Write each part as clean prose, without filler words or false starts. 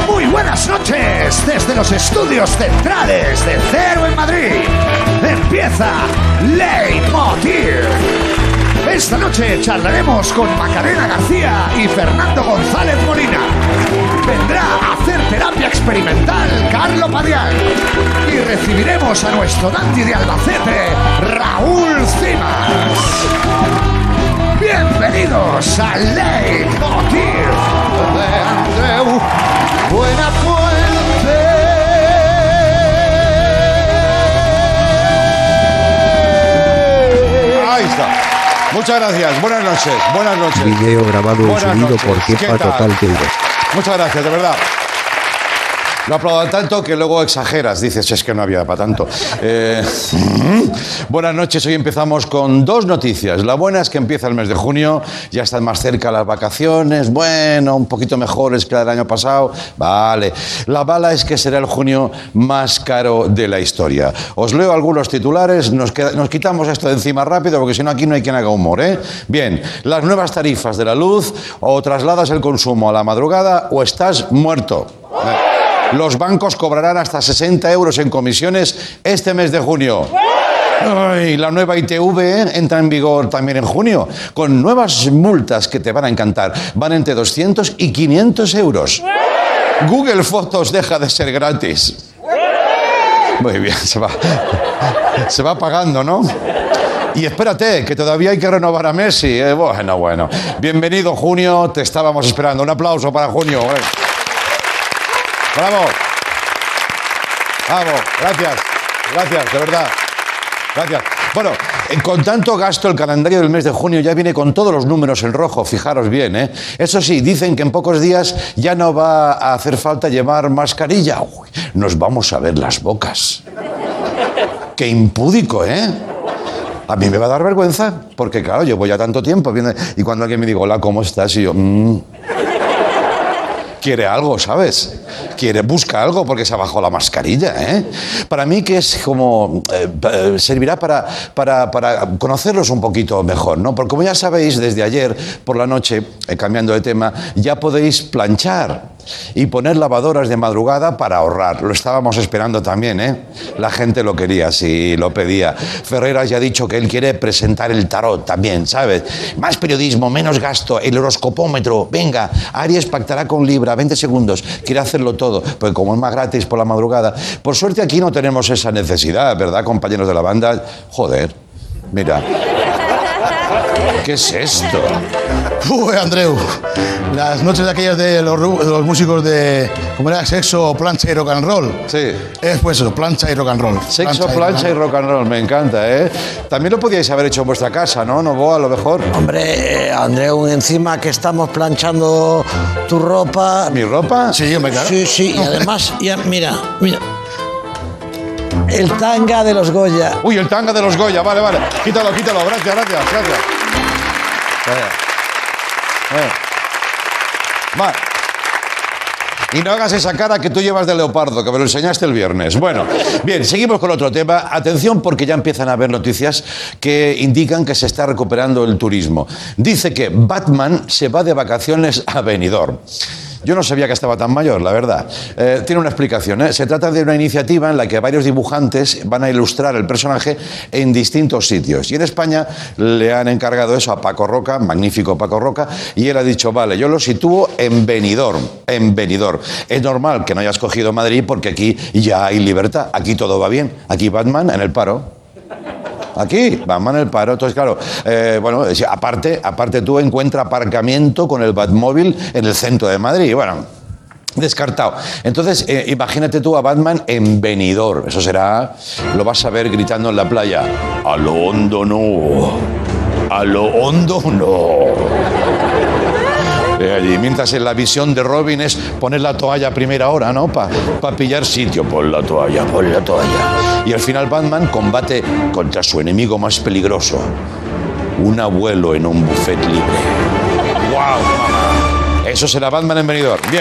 Muy buenas noches desde los estudios centrales de Cero en Madrid. Empieza Leitmotiv. Esta noche charlaremos con Macarena García y Fernando González Molina. Vendrá a hacer terapia experimental Carlo Padial. Y recibiremos a nuestro dandy de Albacete, Raúl Cimas. Bienvenidos a Leitmotiv de Andreu Buenafuente. Ahí está. Muchas gracias. Buenas noches. Buenas noches. Video grabado y subido por Jefa Total TV. Muchas gracias, de verdad. Lo aplaudo tanto que luego exageras. Dices, es que no había para tanto. Buenas noches. Hoy empezamos con dos noticias. La buena es que empieza el mes de junio. Ya están más cerca las vacaciones. Bueno, un poquito mejores que la del año pasado. Vale. La mala es que será el junio más caro de la historia. Os leo algunos titulares. Nos quitamos esto de encima rápido porque si no aquí no hay quien haga humor, ¿eh? Bien. Las nuevas tarifas de la luz. O trasladas el consumo a la madrugada o estás muerto. Los bancos cobrarán hasta 60 euros en comisiones este mes de junio. Ay, la nueva ITV entra en vigor también en junio, con nuevas multas que te van a encantar. Van entre 200 y 500 euros. Google Fotos deja de ser gratis. Muy bien, se va pagando, ¿no? Y espérate, que todavía hay que renovar a Messi. Bueno. Bienvenido, junio, te estábamos esperando. Un aplauso para junio. ¡Bravo! ¡Bravo! Gracias, de verdad. Gracias. Bueno, con tanto gasto, el calendario del mes de junio ya viene con todos los números en rojo, fijaros bien, ¿eh? Eso sí, dicen que en pocos días ya no va a hacer falta llevar mascarilla. Uy, nos vamos a ver las bocas. ¡Qué impúdico, eh! A mí me va a dar vergüenza, porque claro, llevo ya tanto tiempo viendo, y cuando alguien me diga, hola, ¿cómo estás? Y yo, quiere algo, ¿sabes? Busca algo porque se ha bajado la mascarilla, ¿eh? Para mí que es como... servirá para conocerlos un poquito mejor, ¿no? Porque como ya sabéis, desde ayer por la noche, cambiando de tema, ya podéis planchar y poner lavadoras de madrugada para ahorrar. Lo estábamos esperando también, ¿eh? La gente lo quería, sí, lo pedía. Ferreras ya ha dicho que él quiere presentar el tarot también, ¿sabes? Más periodismo, menos gasto, el horoscopómetro. Venga, Aries pactará con Libra, 20 segundos. Quiere hacerlo todo, porque como es más gratis por la madrugada. Por suerte aquí no tenemos esa necesidad, ¿verdad, compañeros de la banda? Joder, mira. ¿Qué es esto? Uy, Andreu, las noches de aquellas de los músicos de, ¿cómo era? Sexo, plancha y rock and roll. Sí. Es pues eso, plancha y rock and roll. Sexo, plancha y rock and roll, me encanta, ¿eh? También lo podíais haber hecho en vuestra casa, ¿no? ¿No, a lo mejor? Hombre, Andreu, encima que estamos planchando tu ropa... ¿Mi ropa? Sí, hombre, claro. Sí, y además, ya, mira. El tanga de los Goya. Uy, el tanga de los Goya, vale. Quítalo, gracias. Va. Y no hagas esa cara que tú llevas de leopardo, que me lo enseñaste el viernes. Bueno, bien, seguimos con otro tema. Atención, porque ya empiezan a haber noticias que indican que se está recuperando el turismo. Dice que Batman se va de vacaciones a Benidorm. Yo no sabía que estaba tan mayor, la verdad. Tiene una explicación, ¿eh? Se trata de una iniciativa en la que varios dibujantes van a ilustrar el personaje en distintos sitios. Y en España le han encargado eso a Paco Roca, magnífico Paco Roca, y él ha dicho, vale, yo lo sitúo en Benidorm. Es normal que no hayas cogido Madrid porque aquí ya hay libertad, aquí todo va bien. Aquí Batman en el paro. Aquí, Batman en el paro. Entonces, claro, aparte tú encuentras aparcamiento con el Batmóvil en el centro de Madrid. Bueno, descartado. Entonces, imagínate tú a Batman en Benidorm. Eso será, lo vas a ver gritando en la playa. A lo hondo no. A lo hondo no. Allí, mientras en la visión de Robin es poner la toalla a primera hora, ¿no? Para pillar sitio. Pon la toalla. Y al final Batman combate contra su enemigo más peligroso. Un abuelo en un buffet libre. ¡Guau, mamá! Eso será Batman en Benidorm. Bien.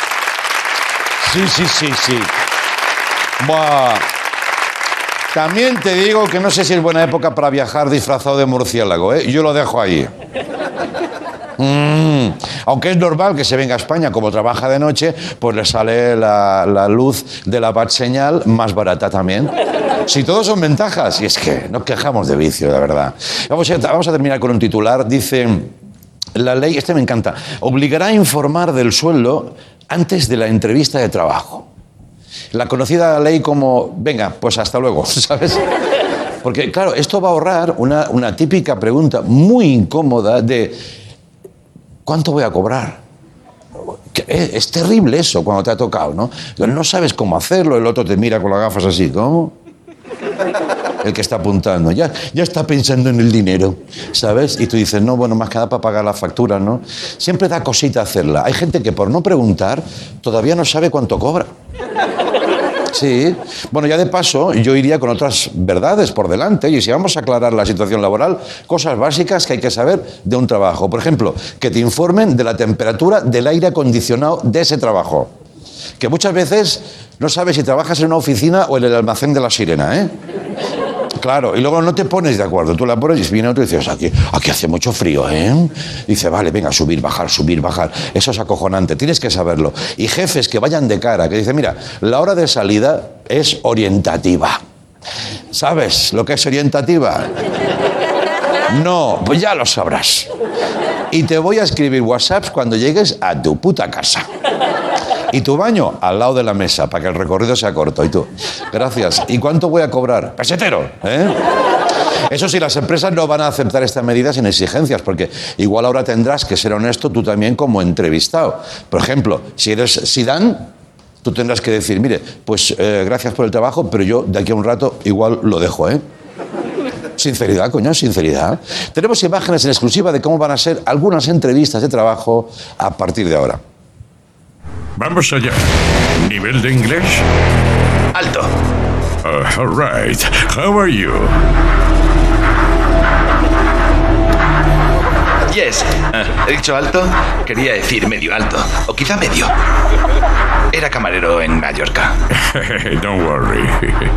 Sí. Buah. También te digo que no sé si es buena época para viajar disfrazado de murciélago, ¿eh? Yo lo dejo ahí. Aunque es normal que se venga a España, como trabaja de noche, pues le sale la luz de la bad señal más barata también. Si todos son ventajas, y es que nos quejamos de vicio, de verdad. Vamos a terminar con un titular. Dice, la ley, este me encanta, obligará a informar del sueldo antes de la entrevista de trabajo. La conocida ley como, venga, pues hasta luego, ¿sabes? Porque, claro, esto va a ahorrar una típica pregunta muy incómoda de ¿cuánto voy a cobrar? Es terrible eso cuando te ha tocado, ¿no? No sabes cómo hacerlo, el otro te mira con las gafas así, ¿cómo? El que está apuntando, ya está pensando en el dinero, ¿sabes? Y tú dices, no, bueno, más que nada para pagar la factura, ¿no? Siempre da cosita hacerla. Hay gente que por no preguntar todavía no sabe cuánto cobra. Sí. Bueno, ya de paso, yo iría con otras verdades por delante. Y si vamos a aclarar la situación laboral, cosas básicas que hay que saber de un trabajo. Por ejemplo, que te informen de la temperatura del aire acondicionado de ese trabajo. Que muchas veces no sabes si trabajas en una oficina o en el almacén de la Sirena, ¿eh? Claro, y luego no te pones de acuerdo. Tú la pones y viene otro y dices, aquí hace mucho frío, ¿eh? Dice, vale, venga, subir, bajar. Eso es acojonante, tienes que saberlo. Y jefes que vayan de cara, que dicen, mira, la hora de salida es orientativa. ¿Sabes lo que es orientativa? No, pues ya lo sabrás. Y te voy a escribir WhatsApps cuando llegues a tu puta casa. Y tu baño al lado de la mesa, para que el recorrido sea corto. Y tú, gracias. ¿Y cuánto voy a cobrar? Pesetero, ¿eh? Eso sí, las empresas no van a aceptar estas medidas sin exigencias, porque igual ahora tendrás que ser honesto tú también como entrevistado. Por ejemplo, si eres Zidane, tú tendrás que decir, mire, pues gracias por el trabajo, pero yo de aquí a un rato igual lo dejo, ¿eh? Sinceridad, coño, sinceridad. Tenemos imágenes en exclusiva de cómo van a ser algunas entrevistas de trabajo a partir de ahora. Vamos allá. ¿Nivel de inglés? Alto. All right. How are you? Yes. ¿He dicho alto? Quería decir medio alto. O quizá medio. Era camarero en Mallorca. Don't worry.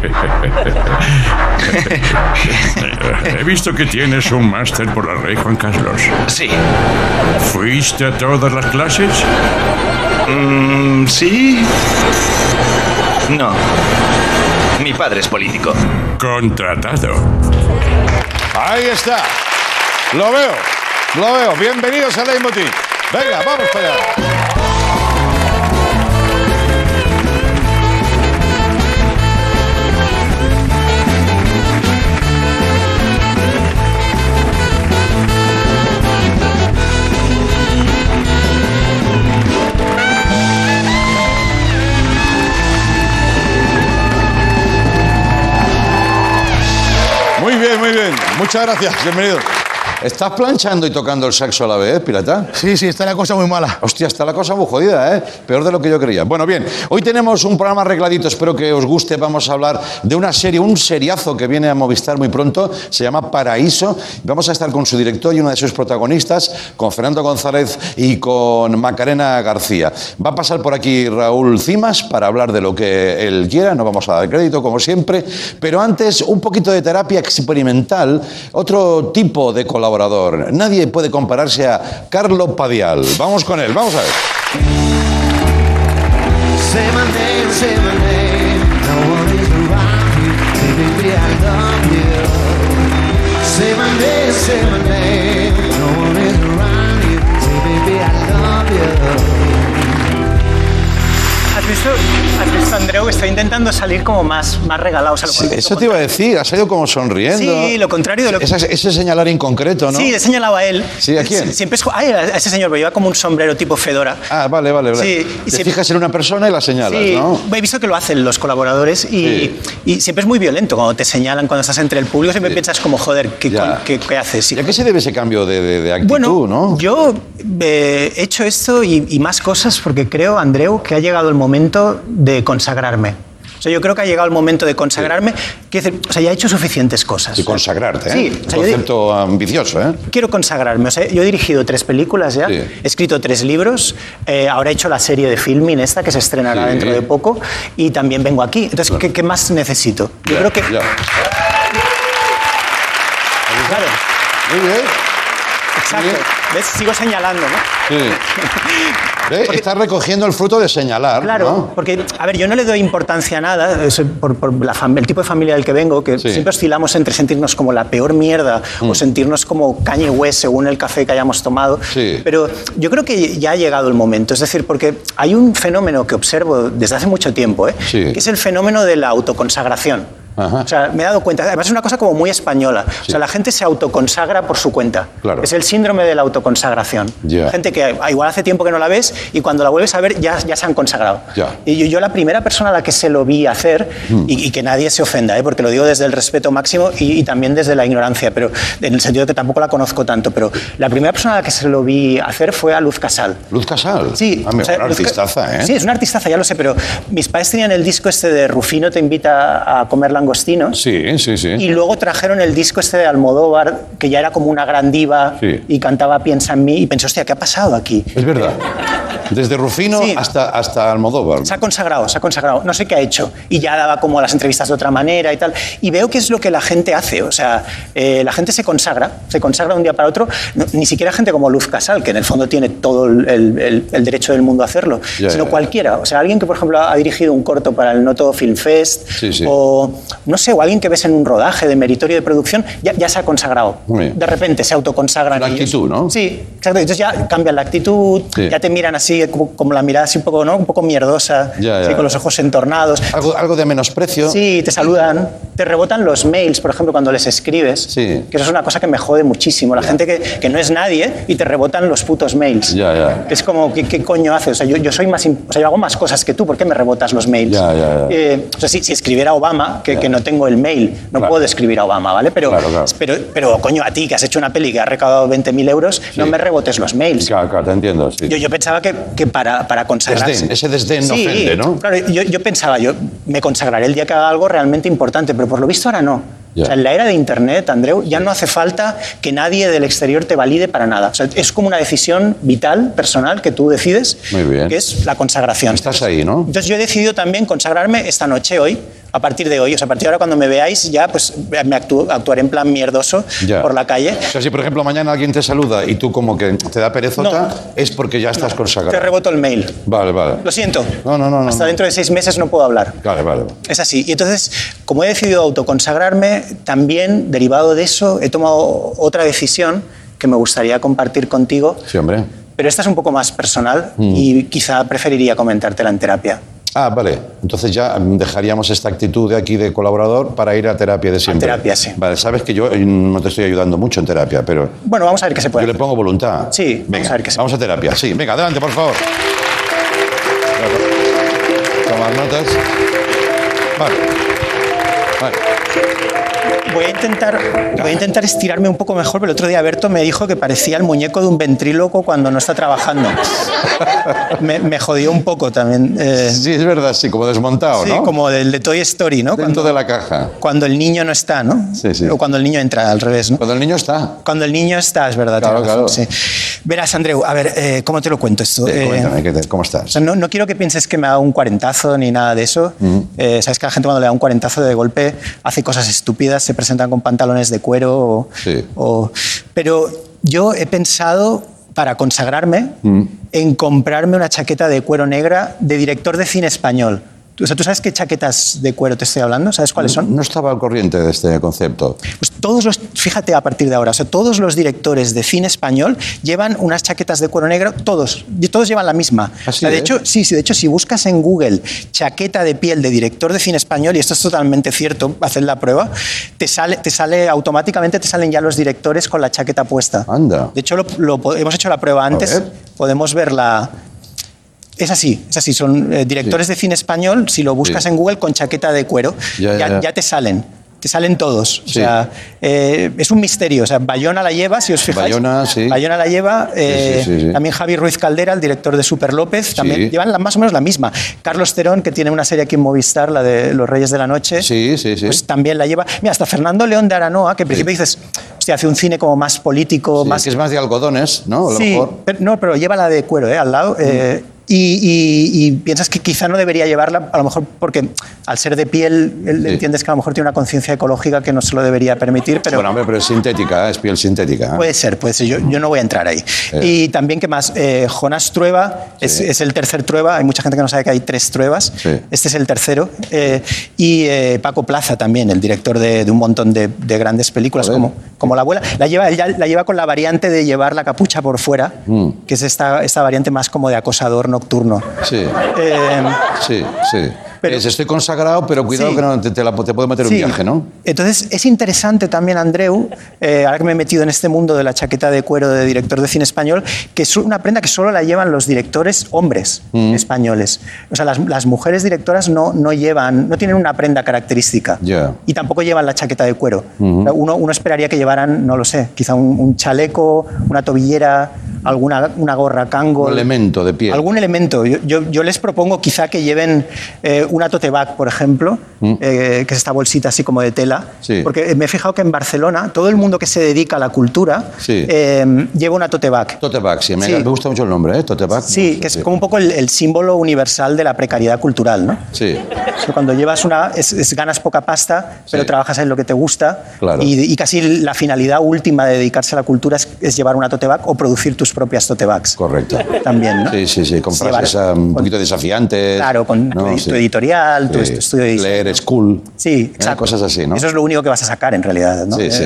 He visto que tienes un máster por la Rey Juan Carlos. Sí. ¿Fuiste a todas las clases? ¿Sí? No. Mi padre es político. Contratado. Ahí está. Lo veo. Bienvenidos a Leitmotiv. Venga, vamos para allá. Muy bien. Muchas gracias. Bienvenido. ¿Estás planchando y tocando el saxo a la vez, pirata? Sí, está la cosa muy mala. Hostia, está la cosa muy jodida, ¿eh? Peor de lo que yo creía. Bueno, bien, hoy tenemos un programa arregladito, espero que os guste. Vamos a hablar de una serie, un seriazo que viene a Movistar muy pronto, se llama Paraíso. Vamos a estar con su director y una de sus protagonistas, con Fernando González y con Macarena García. Va a pasar por aquí Raúl Cimas para hablar de lo que él quiera, no vamos a dar crédito como siempre, pero antes un poquito de terapia experimental, otro tipo de colaboración. Nadie puede compararse a Carlo Padial. Vamos con él, vamos a ver. ¿Has visto, Andreu, que está intentando salir como más regalado? O sea, sí, eso te iba a decir, ha salido como sonriendo. Sí, lo contrario de lo que... Ese señalar inconcreto, ¿no? Sí, he señalado a él. ¿Sí? ¿A quién? Siempre es... a ese señor, pero lleva como un sombrero tipo fedora. Ah, vale. Sí, y te fijas en una persona y la señalas, sí, ¿no? He visto que lo hacen los colaboradores y siempre es muy violento cuando te señalan, cuando estás entre el público, siempre piensas como, joder, ¿qué haces? ¿Y a qué se debe ese cambio de actitud, bueno, no? Yo he hecho esto y más cosas porque creo, Andreu, que ha llegado el momento de consagrarme. O sea, yo creo que ha llegado el momento de consagrarme. Quiero decir, o sea, ya he hecho suficientes cosas. Y consagrarte, ¿eh? Sí. O sea, concepto ambicioso, ¿eh? Quiero consagrarme. O sea, yo he dirigido 3 películas ya, he escrito 3 libros, ahora he hecho la serie de Filmin esta que se estrenará dentro de poco y también vengo aquí. Entonces, claro. ¿qué más necesito? Yo creo que... Ya. Claro. Muy bien. Exacto. ¿Ves? Sigo señalando, ¿no? Sí. Estás recogiendo el fruto de señalar. Claro, ¿no? porque, a ver, yo no le doy importancia a nada por el tipo de familia del que vengo, que siempre oscilamos entre sentirnos como la peor mierda o sentirnos como Kanye West según el café que hayamos tomado. Sí. Pero yo creo que ya ha llegado el momento. Es decir, porque hay un fenómeno que observo desde hace mucho tiempo, que es el fenómeno de la autoconsagración. Ajá. O sea, me he dado cuenta, además es una cosa como muy española. O sea, la gente se autoconsagra por su cuenta. Claro. Es el síndrome de la autoconsagración. Yeah. Gente que igual hace tiempo que no la ves y cuando la vuelves a ver ya se han consagrado. Yeah. Y yo la primera persona a la que se lo vi hacer, y que nadie se ofenda, porque lo digo desde el respeto máximo y también desde la ignorancia, pero en el sentido de que tampoco la conozco tanto, pero la primera persona a la que se lo vi hacer fue a Luz Casal. ¿Luz Casal? Sí. Una artistaza, ¿eh? Sí, es una artistaza, ya lo sé, pero mis padres tenían el disco este de Rufino te invita a comer langostinos. Sí. Y luego trajeron el disco este de Almodóvar, que ya era como una gran diva y cantaba Piensa en mí, y pensé, hostia, ¿qué ha pasado aquí? Es verdad. Desde Rufino hasta Almodóvar. Se ha consagrado. No sé qué ha hecho. Y ya daba como las entrevistas de otra manera y tal. Y veo que es lo que la gente hace. O sea, la gente se consagra de un día para otro. Ni siquiera gente como Luz Casal, que en el fondo tiene todo el derecho del mundo a hacerlo, sino cualquiera. O sea, alguien que, por ejemplo, ha dirigido un corto para el Noto Film Fest, o no sé, o alguien que ves en un rodaje de meritorio de producción, ya se ha consagrado. De repente se autoconsagran. La actitud, ¿no? Sí, exacto. Entonces ya cambian la actitud, ya te miran así, como la mirada así un poco, ¿no? Un poco mierdosa, así, con los ojos entornados. Algo de menosprecio. Sí, te saludan, te rebotan los mails, por ejemplo, cuando les escribes. Sí. Que eso es una cosa que me jode muchísimo. La gente que no es nadie y te rebotan los putos mails. Es como, ¿qué coño haces? O sea, yo soy más, o sea, yo hago más cosas que tú, ¿por qué me rebotas los mails? O sea, si escribiera Obama, que no tengo el mail, no puedo escribir a Obama, ¿vale? Pero, coño, a ti que has hecho una peli que ha recaudado 20.000 euros, no me rebotes los mails. Claro, te entiendo. Sí. Yo pensaba que para consagrarse... Ese desdén no ofende, ¿no? Claro, yo pensaba, yo me consagraré el día que haga algo realmente importante, pero por lo visto ahora no. O sea, en la era de Internet, Andreu, ya no hace falta que nadie del exterior te valide para nada. O sea, es como una decisión vital, personal, que tú decides, que es la consagración. Estás ahí, ¿no? Entonces yo he decidido también consagrarme esta noche, hoy, a partir de hoy. O sea, a partir de ahora, cuando me veáis, ya pues me actuaré en plan mierdoso por la calle. O sea, si por ejemplo mañana alguien te saluda y tú como que te da perezota, es porque ya estás consagrado. Te reboto el mail. Vale. Lo siento. No. Hasta dentro de 6 meses no puedo hablar. Vale. Es así. Y entonces, como he decidido autoconsagrarme, también, derivado de eso, he tomado otra decisión que me gustaría compartir contigo. Sí, hombre. Pero esta es un poco más personal y quizá preferiría comentártela en terapia. Ah, vale. Entonces ya dejaríamos esta actitud de aquí de colaborador para ir a terapia de siempre. A terapia, sí. Vale, sabes que yo no te estoy ayudando mucho en terapia, pero... Bueno, vamos a ver qué se puede. Yo le pongo voluntad. Sí, venga, vamos a ver qué se vamos a terapia. Sí, venga, adelante, por favor. Tomar notas. Vale. Voy a intentar estirarme un poco mejor, pero el otro día Berto me dijo que parecía el muñeco de un ventríloco cuando no está trabajando. me jodió un poco también. Sí, es verdad, sí, como desmontado, sí, ¿no? Sí, como del de Toy Story, ¿no? Dentro de la caja. Cuando el niño no está, ¿no? Sí. O cuando el niño entra, al revés, ¿no? Cuando el niño está. Cuando el niño está, es verdad. Claro. Sí. Verás, Andreu, a ver, ¿cómo te lo cuento esto? Cuéntame, ¿cómo estás? O sea, no quiero que pienses que me ha dado un cuarentazo ni nada de eso. Sabes que la gente cuando le da un cuarentazo de golpe hace cosas estúpidas, se presentan con pantalones de cuero pero yo he pensado, para consagrarme, en comprarme una chaqueta de cuero negra de director de cine español. O sea, ¿tú sabes qué chaquetas de cuero te estoy hablando? ¿Sabes cuáles son? No estaba al corriente de este concepto. Pues fíjate a partir de ahora, o sea, todos los directores de cine español llevan unas chaquetas de cuero negro, todos llevan la misma. ¿Ah, sí, o sea, de hecho, si buscas en Google chaqueta de piel de director de cine español, y esto es totalmente cierto, haced la prueba, te sale automáticamente, te salen ya los directores con la chaqueta puesta. Anda. De hecho, hemos hecho la prueba antes, podemos verla. Es así, son directores de cine español, si lo buscas en Google con chaqueta de cuero, ya te salen todos. O sea, es un misterio. O sea, Bayona la lleva, si os fijáis. Bayona la lleva. También Javi Ruiz Caldera, el director de Super López, también llevan más o menos la misma. Carlos Terón, que tiene una serie aquí en Movistar, la de Los Reyes de la Noche, pues también la lleva. Mira, hasta Fernando León de Aranoa, que en principio dices, hostia, hace un cine como más político. Que es más de algodones, ¿no? A lo mejor. Pero lleva la de cuero, al lado. y piensas que quizá no debería llevarla, a lo mejor porque al ser de piel, entiendes que a lo mejor tiene una conciencia ecológica que no se lo debería permitir. Pero bueno, hombre, pero es sintética, es piel sintética. Puede ser. Yo no voy a entrar ahí. Y también, ¿qué más? Jonás Trueba es el tercer Trueba. Hay mucha gente que no sabe que hay 3 Truebas. Sí. Este es el tercero. Y Paco Plaza también, el director de un montón de grandes películas, como La abuela. La lleva con la variante de llevar la capucha por fuera, que es esta variante más como de acosador nocturno. Sí. Pero, estoy consagrado, pero cuidado que no te puede meter un viaje, ¿no? Entonces, es interesante también, Andreu, ahora que me he metido en este mundo de la chaqueta de cuero de director de cine español, que es una prenda que solo la llevan los directores hombres españoles. O sea, las mujeres directoras no tienen una prenda característica. Y tampoco llevan la chaqueta de cuero. Uno esperaría que llevaran, no lo sé, quizá un chaleco, una tobillera, una gorra Kangol. Un elemento de piel. Algún elemento. Yo les propongo quizá que lleven una tote bag, por ejemplo, que es esta bolsita así como de tela. Sí. Porque me he fijado que en Barcelona todo el mundo que se dedica a la cultura lleva una tote bag. Tote bag, sí. Me gusta mucho el nombre, ¿eh? Tote bag. Sí, que es como un poco el símbolo universal de la precariedad cultural, ¿no? Sí. Cuando llevas ganas poca pasta, pero trabajas en lo que te gusta. Claro. Y casi la finalidad última de dedicarse a la cultura es llevar una tote bag o producir tus propias tote bags. Correcto. También, ¿no? Sí. Con frases un poquito desafiantes. Claro, con tu editorial, tu estudio de diseño. Leer school. Sí, exacto. Cosas así, ¿no? Eso es lo único que vas a sacar, en realidad, ¿no? Sí.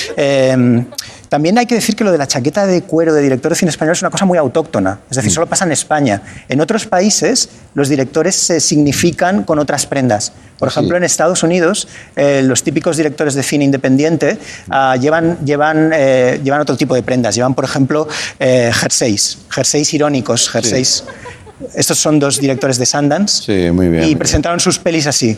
También hay que decir que lo de la chaqueta de cuero de director de cine español es una cosa muy autóctona. Es decir, solo pasa en España. En otros países, los directores se significan con otras prendas. Por ejemplo, en Estados Unidos, los típicos directores de cine independiente llevan otro tipo de prendas. Llevan, por ejemplo, jerseys irónicos, jerseys... Estos son 2 directores de Sundance. Sí, muy bien. Y presentaron sus pelis así.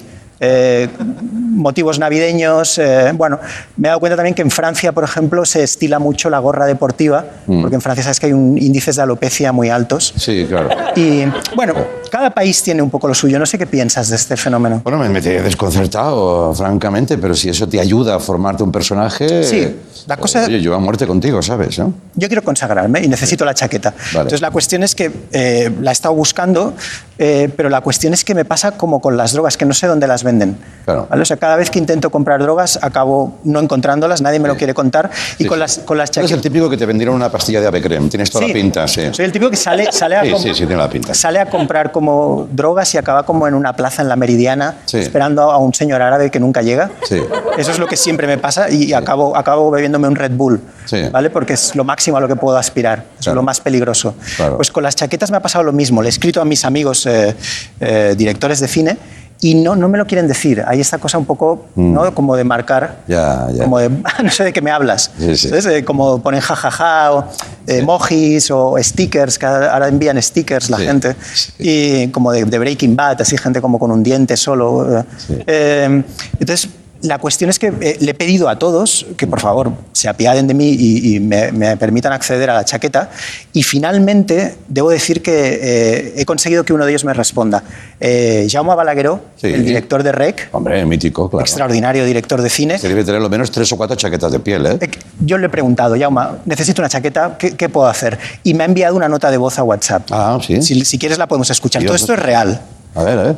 Motivos navideños. Bueno, me he dado cuenta también que en Francia, por ejemplo, se estila mucho la gorra deportiva, porque en Francia sabes que hay índices de alopecia muy altos. Sí, claro. Y bueno, cada país tiene un poco lo suyo. No sé qué piensas de este fenómeno. Bueno, me he desconcertado, francamente, pero si eso te ayuda a formarte un personaje... Sí, la cosa... Oye, yo a muerte contigo, ¿sabes? ¿No? Yo quiero consagrarme y necesito la chaqueta. Vale. Entonces la cuestión es que la he estado buscando, pero la cuestión es que me pasa como con las drogas, que no sé dónde las venden. Claro. ¿Vale? O sea, cada vez que intento comprar drogas acabo no encontrándolas, nadie me lo quiere contar. Y con las chaquetas... Es el típico que te vendieron una pastilla de Avecrem, tienes toda la pinta. Sí. Soy el típico que sale tiene la pinta. Sale a comprar como drogas y acaba como en una plaza en la Meridiana, esperando a un señor árabe que nunca llega. Sí. Eso es lo que siempre me pasa y acabo bebiéndome un Red Bull, ¿vale? Porque es lo máximo a lo que puedo aspirar, es lo más peligroso. Claro. Pues con las chaquetas me ha pasado lo mismo. Le he escrito a mis amigos directores de cine y no me lo quieren decir. Hay esta cosa un poco, ¿no? Como de marcar, como de, no sé de qué me hablas. Sí. Entonces, como ponen jajaja, o emojis o stickers, que ahora envían stickers la gente, y como de Breaking Bad, así gente como con un diente solo. Entonces, la cuestión es que le he pedido a todos que por favor se apiaden de mí y me permitan acceder a la chaqueta, y finalmente debo decir que he conseguido que uno de ellos me responda. Jaume Balagueró, el director de REC. Hombre, mítico, claro. Extraordinario director de cine. Que debe tener lo menos 3 o 4 chaquetas de piel, ¿eh? Yo le he preguntado, Jaume, necesito una chaqueta, ¿qué puedo hacer? Y me ha enviado una nota de voz a WhatsApp. Ah, sí. Si quieres la podemos escuchar. Todo esto es real. A ver.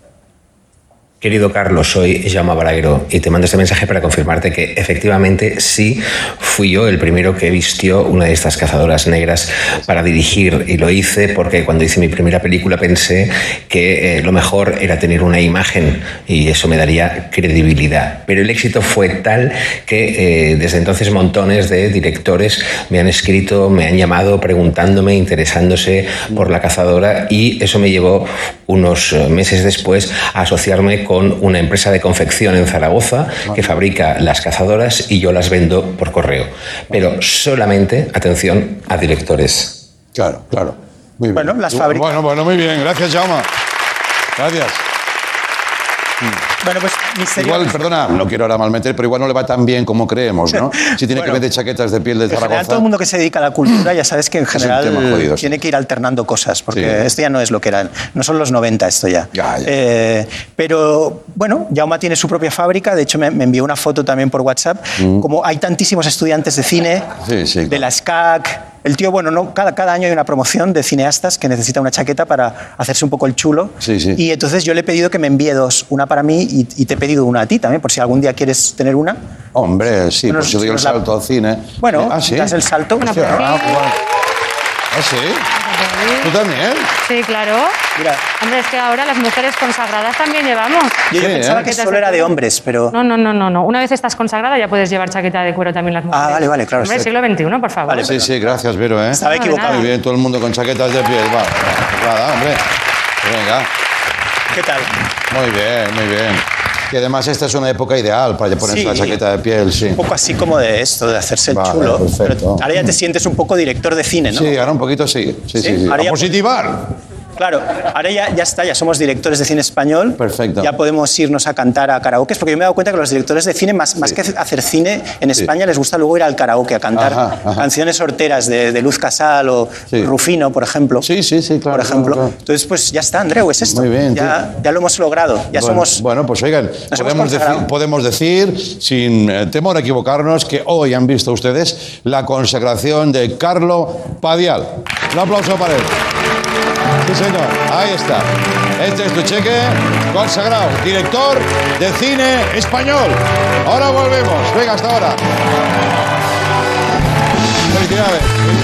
Querido Carlos, soy Jaume Balagueró y te mando este mensaje para confirmarte que efectivamente sí fui yo el primero que vistió una de estas cazadoras negras para dirigir, y lo hice porque cuando hice mi primera película pensé que lo mejor era tener una imagen y eso me daría credibilidad. Pero el éxito fue tal que desde entonces montones de directores me han escrito, me han llamado preguntándome, interesándose por la cazadora, y eso me llevó unos meses después a asociarme con una empresa de confección en Zaragoza que fabrica las cazadoras y yo las vendo por correo. Pero solamente, atención, a directores. Claro. Muy bien. Bueno, las fábricas. Bueno, muy bien. Gracias, Jaume. Gracias. Bueno, pues igual, perdona, no quiero ahora malmeter, pero igual no le va tan bien como creemos, ¿no? Si tiene que vender chaquetas de piel de Zaragoza. En general, todo el mundo que se dedica a la cultura ya sabes que en general tiene que ir alternando cosas, porque esto ya no es lo que era. No son los 90 esto ya. Pero bueno, Jaume tiene su propia fábrica. De hecho, me envió una foto también por WhatsApp. Como hay tantísimos estudiantes de cine, de la SCAC, El tío, bueno, no, cada año hay una promoción de cineastas que necesita una chaqueta para hacerse un poco el chulo. Sí, sí. Y entonces yo le he pedido que me envíe 2, una para mí y te he pedido una a ti también, por si algún día quieres tener una. Hombre, sí, pues yo doy el salto al cine. Bueno, ¿sí? das el salto. Hostia, bueno. ¿Ah, sí? ¿Tú también? Sí, claro. Mira. Hombre, es que ahora las mujeres consagradas también llevamos. Yo pensaba que solo era de hombres, pero... No. Una vez estás consagrada ya puedes llevar chaqueta de cuero también las mujeres. Ah, vale, claro. Hombre, siglo XXI, por favor. Vale, sí, gracias, Vero, ¿eh? Estaba equivocado. Muy bien, todo el mundo con chaquetas de piel. Va, nada, hombre. Venga. ¿Qué tal? Muy bien. Y además esta es una época ideal para ponerse la chaqueta de piel, sí. Un poco así como de esto, de hacerse el chulo. Perfecto. Pero ahora ya te sientes un poco director de cine, ¿no? Sí, ahora un poquito sí. Sí. Ahora A positivar. Claro, ahora ya está, ya somos directores de cine español. Perfecto. Ya podemos irnos a cantar a karaoke, porque yo me he dado cuenta que los directores de cine, más que hacer cine en España, les gusta luego ir al karaoke a cantar canciones horteras de Luz Casal o Rufino, por ejemplo. Sí, claro. Por ejemplo. Claro. Entonces, pues ya está, Andreu, es esto. Muy bien. Ya lo hemos logrado. Ya somos... Bueno, pues oigan, podemos decir, sin temor a equivocarnos, que hoy han visto ustedes la consagración de Carlo Padial. Un aplauso para él. Sí, señor, ahí está. Este es tu cheque consagrado, director de cine español. Ahora volvemos. Venga, hasta ahora. Felicidades.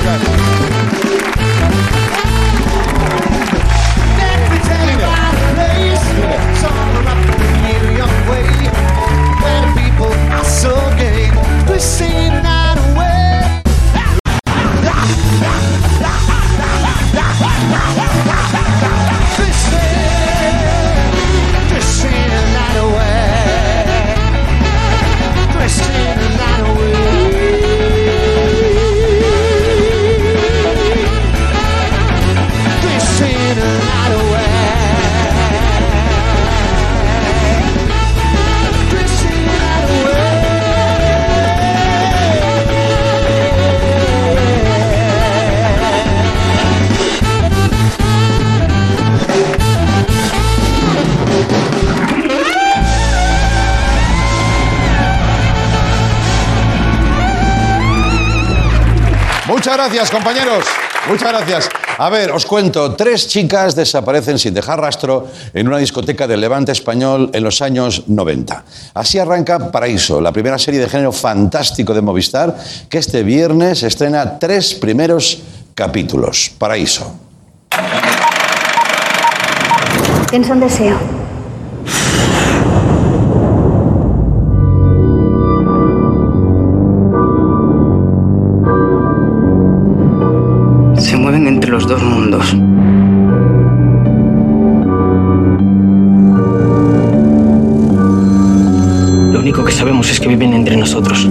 Muchas gracias, compañeros. Muchas gracias. A ver, os cuento. 3 chicas desaparecen sin dejar rastro en una discoteca del Levante español en los años 90. Así arranca Paraíso, la primera serie de género fantástico de Movistar, que este viernes estrena 3 primeros capítulos. Paraíso. Tienes un deseo. Se mueven entre los dos mundos. Lo único que sabemos es que viven entre nosotros.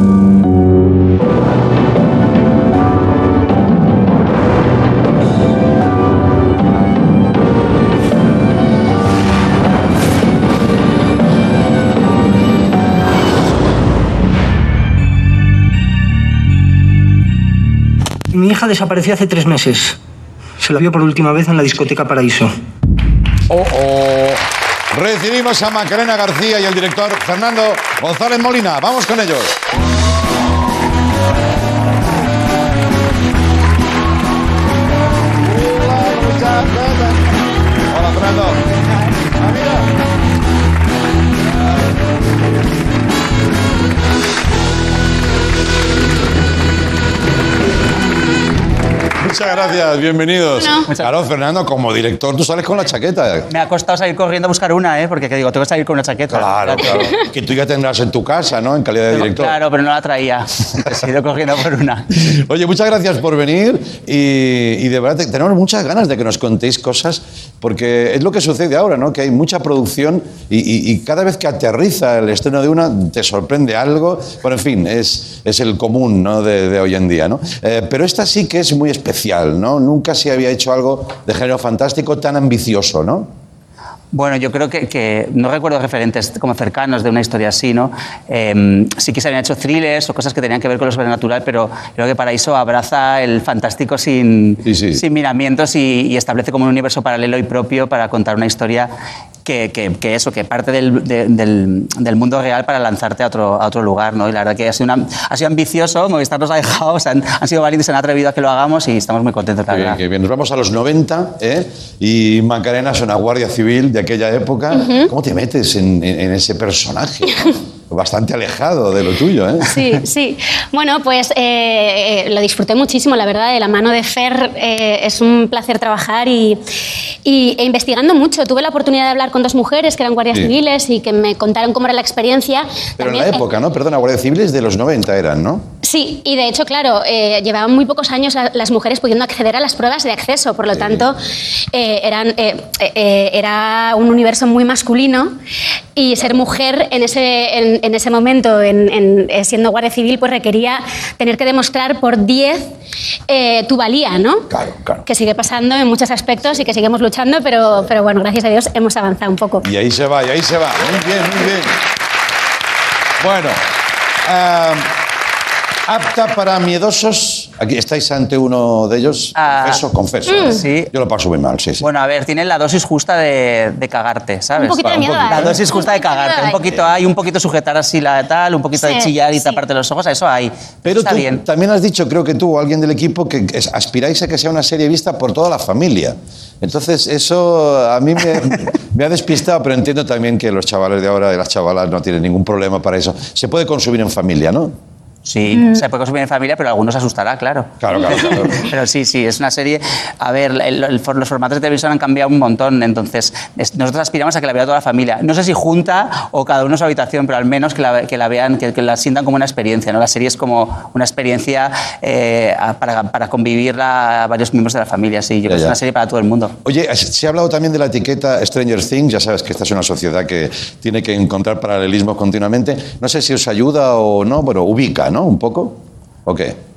Mi hija desapareció hace 3 meses. Se la vio por última vez en la discoteca Paraíso. Recibimos a Macarena García y el director Fernando González Molina. Vamos con ellos. Hola, Fernando. Muchas gracias, bienvenidos. Claro, Fernando, como director, tú sales con la chaqueta. Me ha costado salir corriendo a buscar una, porque digo, tengo que salir con una chaqueta. Claro. Que tú ya tendrás en tu casa, ¿no? En calidad de director. Claro, pero no la traía. He ido corriendo por una. Oye, muchas gracias por venir y de verdad tenemos muchas ganas de que nos contéis cosas, porque es lo que sucede ahora, ¿no? Que hay mucha producción y cada vez que aterriza el estreno de una te sorprende algo. Bueno, en fin, es el común, ¿no? de hoy en día, ¿no? Pero esta sí que es muy especial, ¿no? Nunca se había hecho algo de género fantástico tan ambicioso, ¿no? Bueno, yo creo que no recuerdo referentes como cercanos de una historia así, ¿no? Sí que se habían hecho thrillers o cosas que tenían que ver con lo sobrenatural, pero creo que Paraíso abraza el fantástico sin miramientos y establece como un universo paralelo y propio para contar una historia que parte del mundo real para lanzarte a otro lugar, ¿no? Y la verdad que ha sido ambicioso, Movistar nos ha dejado, han sido valientes, se han atrevido a que lo hagamos y estamos muy contentos, la verdad. Qué bien. Nos vamos a los 90, y Macarena es una guardia civil de aquella época. ¿Cómo te metes en ese personaje? Bastante alejado de lo tuyo, ¿eh? Sí, sí. Bueno, pues lo disfruté muchísimo, la verdad. De la mano de Fer es un placer trabajar e investigando mucho. Tuve la oportunidad de hablar con 2 mujeres que eran guardias civiles y que me contaron cómo era la experiencia. Pero también, en la época, ¿no? Perdona, guardias civiles de los 90 eran, ¿no? Sí, y de hecho, claro, llevaban muy pocos años las mujeres pudiendo acceder a las pruebas de acceso. Por lo tanto, era un universo muy masculino y ser mujer en ese momento, siendo guardia civil, pues requería tener que demostrar por 10 tu valía, ¿no? Claro, claro. Que sigue pasando en muchos aspectos y que seguimos luchando, pero bueno, gracias a Dios hemos avanzado un poco. Y ahí se va, y ahí se va. Muy bien, muy bien. Bueno, apta para miedosos. Aquí estáis ante uno de ellos. Confeso. Sí. Yo lo paso muy mal, sí. Bueno, a ver, tiene la dosis justa de cagarte, ¿sabes? Un poquito de miedo. La dosis justa de cagarte. Un poquito sujetar así la tal, un poquito de chillar y taparte los ojos, eso hay. Pero está tú bien. También has dicho, creo que tú o alguien del equipo, que aspiráis a que sea una serie vista por toda la familia. Entonces, eso a mí me ha despistado, pero entiendo también que los chavales de ahora y las chavalas no tienen ningún problema para eso. Se puede consumir en familia, ¿no? Sí, se puede consumir en familia, pero a algunos asustará, claro. Claro. Pero sí, es una serie... A ver, los formatos de televisión han cambiado un montón, entonces nosotros aspiramos a que la vea toda la familia. No sé si junta o cada uno en su habitación, pero al menos que la vean, que la sientan como una experiencia, ¿no? La serie es como una experiencia para convivirla a varios miembros de la familia, sí. Yo creo que es una serie para todo el mundo. Oye, se ha hablado también de la etiqueta Stranger Things, ya sabes que esta es una sociedad que tiene que encontrar paralelismos continuamente. No sé si os ayuda o no, bueno, ubica, ¿no? ¿Un poco? ¿O qué?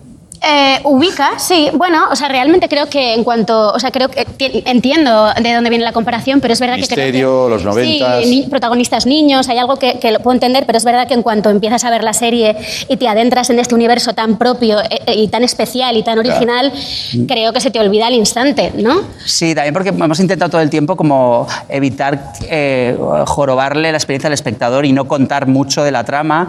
Ubica, sí. Bueno, o sea, realmente creo que en cuanto... O sea, creo que entiendo de dónde viene la comparación, pero es verdad que creo que... los 90... Sí, protagonistas niños, hay algo que lo puedo entender, pero es verdad que en cuanto empiezas a ver la serie y te adentras en este universo tan propio y tan especial y tan original, creo que se te olvida al instante, ¿no? Sí, también porque hemos intentado todo el tiempo como evitar jorobarle la experiencia al espectador y no contar mucho de la trama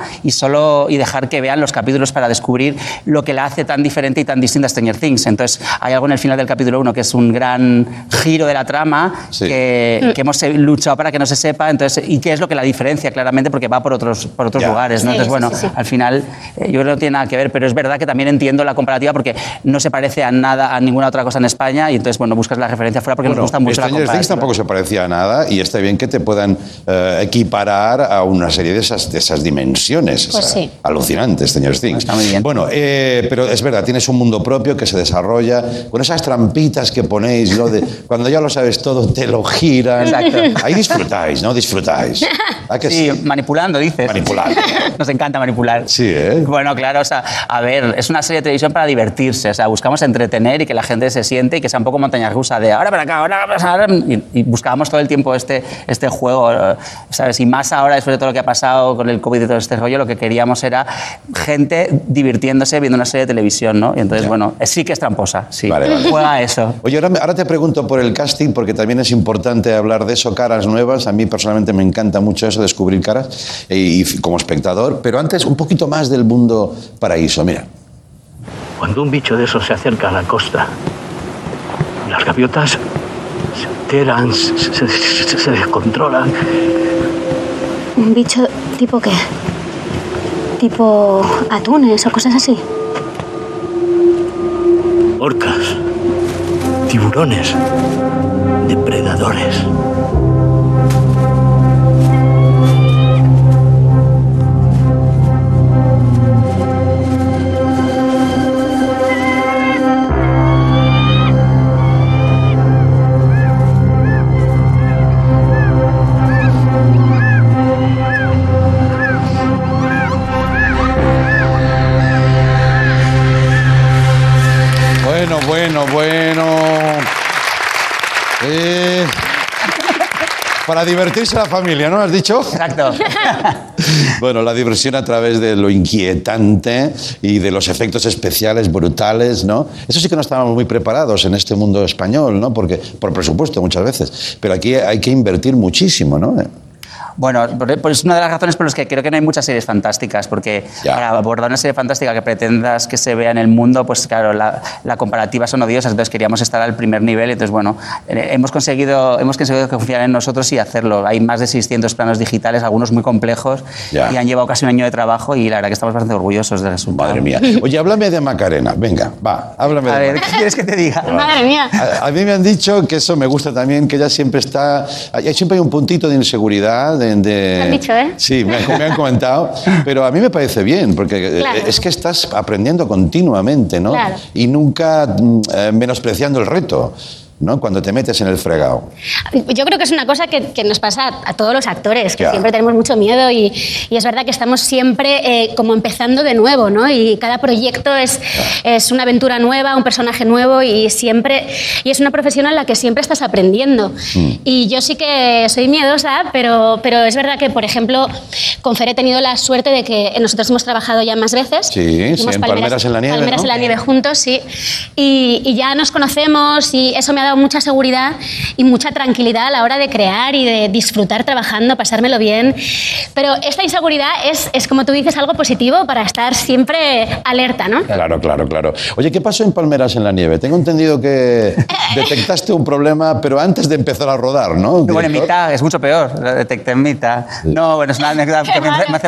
y dejar que vean los capítulos para descubrir lo que la hace tan diferente y tan distinta a Stranger Things. Entonces, hay algo en el final del capítulo 1 que es un gran giro de la trama que hemos luchado para que no se sepa, entonces, y qué es lo que la diferencia claramente, porque va por otros lugares, ¿no? Entonces, bueno, al final yo creo que no tiene nada que ver, pero es verdad que también entiendo la comparativa porque no se parece a nada, a ninguna otra cosa en España, y entonces, bueno, buscas la referencia fuera porque nos gusta mucho la comparativa. Stranger Things tampoco se parecía a nada y está bien que te puedan equiparar a una serie de esas dimensiones. Pues alucinantes, Stranger Things. Está muy bien. Bueno, pero es verdad, tienes un mundo propio que se desarrolla con esas trampitas que ponéis, ¿no? Cuando ya lo sabes todo, te lo giran. Exacto. Ahí disfrutáis, ¿no? Disfrutáis. ¿A que sí, manipulando, dices. Manipulando. Nos encanta manipular. Sí, ¿eh? Bueno, claro, o sea, a ver, es una serie de televisión para divertirse, o sea, buscamos entretener y que la gente se siente y que sea un poco montaña rusa de ahora para acá, ahora, y buscábamos todo el tiempo este juego, ¿sabes? Y más ahora, después de todo lo que ha pasado con el COVID y todo este rollo, lo que queríamos era gente divirtiéndose viendo una serie de televisión, ¿no? Y entonces, bueno, sí que es tramposa, sí. Vale. Juega a eso. Oye, ahora te pregunto por el casting, porque también es importante hablar de eso, caras nuevas. A mí personalmente me encanta mucho eso, descubrir caras, y como espectador. Pero antes, un poquito más del mundo paraíso, mira. Cuando un bicho de esos se acerca a la costa, las gaviotas se enteran, se descontrolan. ¿Un bicho tipo qué? ¿Tipo atunes o cosas así? Orcas, tiburones, depredadores. Bueno. Para divertirse la familia, ¿no? ¿Has dicho? Exacto. Bueno, la diversión a través de lo inquietante y de los efectos especiales brutales, ¿no? Eso sí que no estábamos muy preparados en este mundo español, ¿no? Porque, por presupuesto, muchas veces. Pero aquí hay que invertir muchísimo, ¿no? Bueno, pues es una de las razones por las que creo que no hay muchas series fantásticas, porque para abordar una serie fantástica que pretendas que se vea en el mundo, pues claro, la comparativa son odiosas, entonces queríamos estar al primer nivel, entonces bueno, hemos conseguido que confiaran en nosotros y hacerlo. Hay más de 600 planos digitales, algunos muy complejos, y han llevado casi un año de trabajo y la verdad que estamos bastante orgullosos del resultado. Madre mía. Oye, háblame de Macarena, venga, va, háblame a de ver, ¿qué quieres que te diga? Madre mía. A mí me han dicho que eso me gusta también, que ella siempre está... Siempre hay un puntito de inseguridad, ¿Te han dicho, eh? Sí, me han comentado, pero a mí me parece bien, porque Claro. es que estás aprendiendo continuamente, ¿no? Claro. Y nunca menospreciando el reto, ¿no? Cuando te metes en el fregado. Yo creo que es una cosa que nos pasa a todos los actores, que Ya. siempre tenemos mucho miedo y es verdad que estamos siempre como empezando de nuevo, ¿no? Y cada proyecto es una aventura nueva, un personaje nuevo y es una profesión en la que siempre estás aprendiendo. Y yo sí que soy miedosa, pero es verdad que, por ejemplo, con Fer he tenido la suerte de que nosotros hemos trabajado ya más veces. Sí, Hicimos en Palmeras en la Nieve, Palmeras ¿no? en la Nieve juntos, sí. Y ya nos conocemos y eso me ha dado mucha seguridad y mucha tranquilidad a la hora de crear y de disfrutar trabajando, pasármelo bien. Pero esta inseguridad es como tú dices, algo positivo para estar siempre alerta, ¿no? Claro, claro, claro. Oye, ¿qué pasó en Palmeras en la Nieve? Tengo entendido que detectaste un problema, pero antes de empezar a rodar, ¿no? Bueno, en mitad, es mucho peor, lo detecté en mitad. No, bueno, es una anécdota que me hace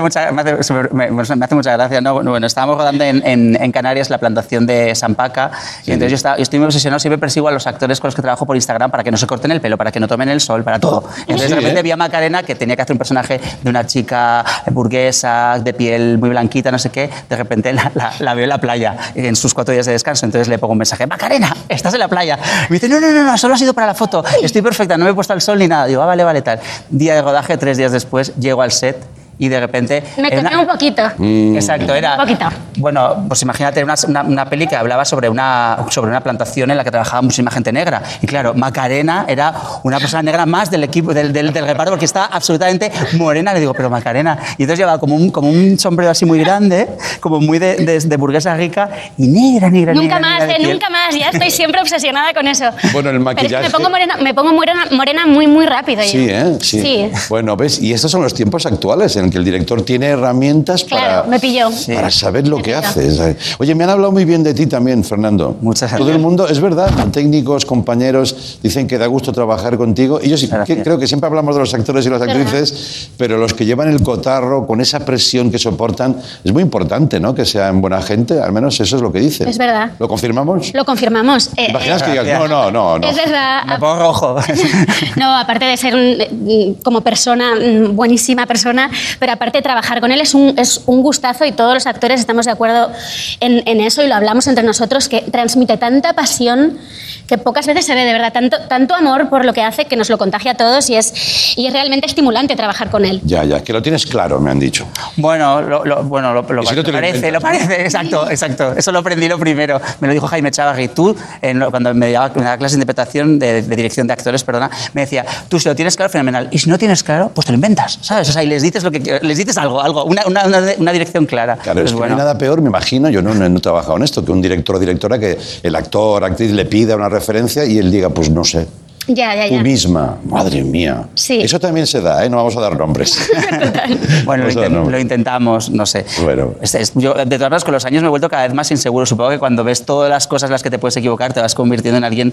mucha gracia. No, bueno, estábamos rodando en Canarias la plantación de San Paca, y entonces yo estoy muy obsesionado, siempre persigo a los actores con los que trabajo por Instagram para que no se corten el pelo, para que no tomen el sol, para todo. Entonces de repente vi a Macarena, que tenía que hacer un personaje de una chica burguesa, de piel muy blanquita, no sé qué, de repente la veo en la playa, en sus 4 días de descanso, entonces le pongo un mensaje, Macarena, estás en la playa. Y me dice, no, solo ha sido para la foto, estoy perfecta, no me he puesto al sol ni nada. Digo, vale, tal. Día de rodaje, 3 días después, llego al set y de repente... Me quemé un poquito. Exacto, era... Un poquito. Bueno, pues imagínate una peli que hablaba sobre una plantación en la que trabajaba muchísima gente negra. Y claro, Macarena era una persona negra más del equipo, del reparto, porque estaba absolutamente morena. Le digo, pero Macarena... Y entonces llevaba como un sombrero así muy grande, como muy de burguesa rica, y negra. Nunca más, ya estoy siempre obsesionada con eso. Bueno, el maquillaje... Pero es que me pongo morena muy rápido. Sí, yo. Sí. Bueno, ¿ves? Y estos son los tiempos actuales en que el director tiene herramientas me pilló. para saber lo que haces. Oye, me han hablado muy bien de ti también, Fernando. Muchas gracias. Todo el mundo, es verdad, técnicos, compañeros, dicen que da gusto trabajar contigo. Y yo sí, creo que siempre hablamos de los actores y las actrices, pero los que llevan el cotarro con esa presión que soportan, es muy importante, ¿no? Que sean buena gente, al menos eso es lo que dicen. Es verdad. ¿Lo confirmamos? Lo confirmamos. ¿Imaginas que digas, no? Es verdad. Me pongo rojo. No, aparte de ser como persona, buenísima persona, pero aparte trabajar con él es un gustazo y todos los actores estamos de acuerdo en eso y lo hablamos entre nosotros, que transmite tanta pasión que pocas veces se ve, de verdad, tanto amor por lo que hace que nos lo contagia a todos y es realmente estimulante trabajar con él. Ya, que lo tienes claro, me han dicho. Bueno, lo si no te lo parece, exacto. Eso lo aprendí lo primero. Me lo dijo Jaime Chávarri. Tú, cuando me daba clase de interpretación, de dirección de actores, perdona, me decía, tú si lo tienes claro, fenomenal. Y si no tienes claro, pues te lo inventas, ¿sabes? O sea, y les dices algo, una dirección clara. Claro, es que no hay nada peor, me imagino, yo no he trabajado en esto, que un director o directora, que el actor, actriz le pida una referencia y él diga, pues no sé. Ya. Tú misma, madre mía. Sí. Eso también se da, ¿eh? No vamos a dar nombres. Bueno, lo intentamos, no sé. Bueno. Yo, de todas maneras, con los años me he vuelto cada vez más inseguro. Supongo que cuando ves todas las cosas en las que te puedes equivocar, te vas convirtiendo en alguien,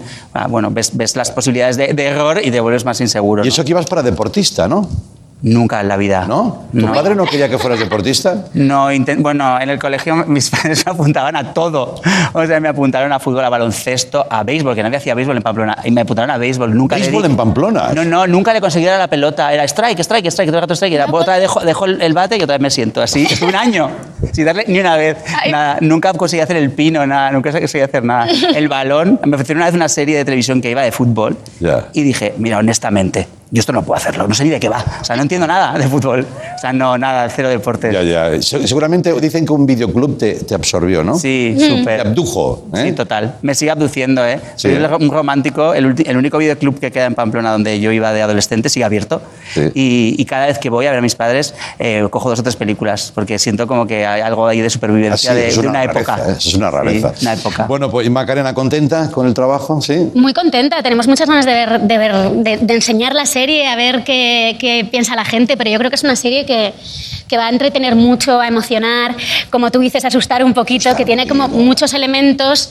ves las posibilidades de error y te vuelves más inseguro. Y eso que ibas para deportista, ¿no? Nunca en la vida. ¿No? ¿Tu padre no quería que fueras deportista? No, bueno, en el colegio mis padres me apuntaban a todo. O sea, me apuntaron a fútbol, a baloncesto, a béisbol, que nadie hacía béisbol en Pamplona. Y me apuntaron a béisbol. ¿Béisbol en Pamplona? No, nunca le conseguí dar a la pelota. Era strike, todo el rato strike. Era, otra vez dejo el bate y otra vez me siento así. Es un año, sin darle ni una vez. Nada, nunca conseguí hacer el pino, nada, nunca conseguí hacer nada. El balón, me ofrecieron una vez una serie de televisión que iba de fútbol. Ya. Y dije, mira, honestamente, yo esto no puedo hacerlo, no sé ni de qué va. O sea, no entiendo nada de fútbol. O sea, no, nada, cero deportes. Ya. Seguramente dicen que un videoclub te absorbió, ¿no? Sí, súper. Te abdujo, ¿eh? Sí, total. Me sigue abduciendo, ¿eh? Sí. Soy un romántico. El único videoclub que queda en Pamplona donde yo iba de adolescente sigue abierto. Sí. Y cada vez que voy a ver a mis padres, cojo 2 o 3 películas, porque siento como que hay algo ahí de supervivencia de una época. Eso es una rareza. Sí, una época. Bueno, pues Macarena, ¿contenta con el trabajo? Sí. Muy contenta, tenemos muchas ganas de enseñar la serie, a ver qué piensa la gente, pero yo creo que es una serie que va a entretener mucho, a emocionar, como tú dices, asustar un poquito, que tiene como muchos elementos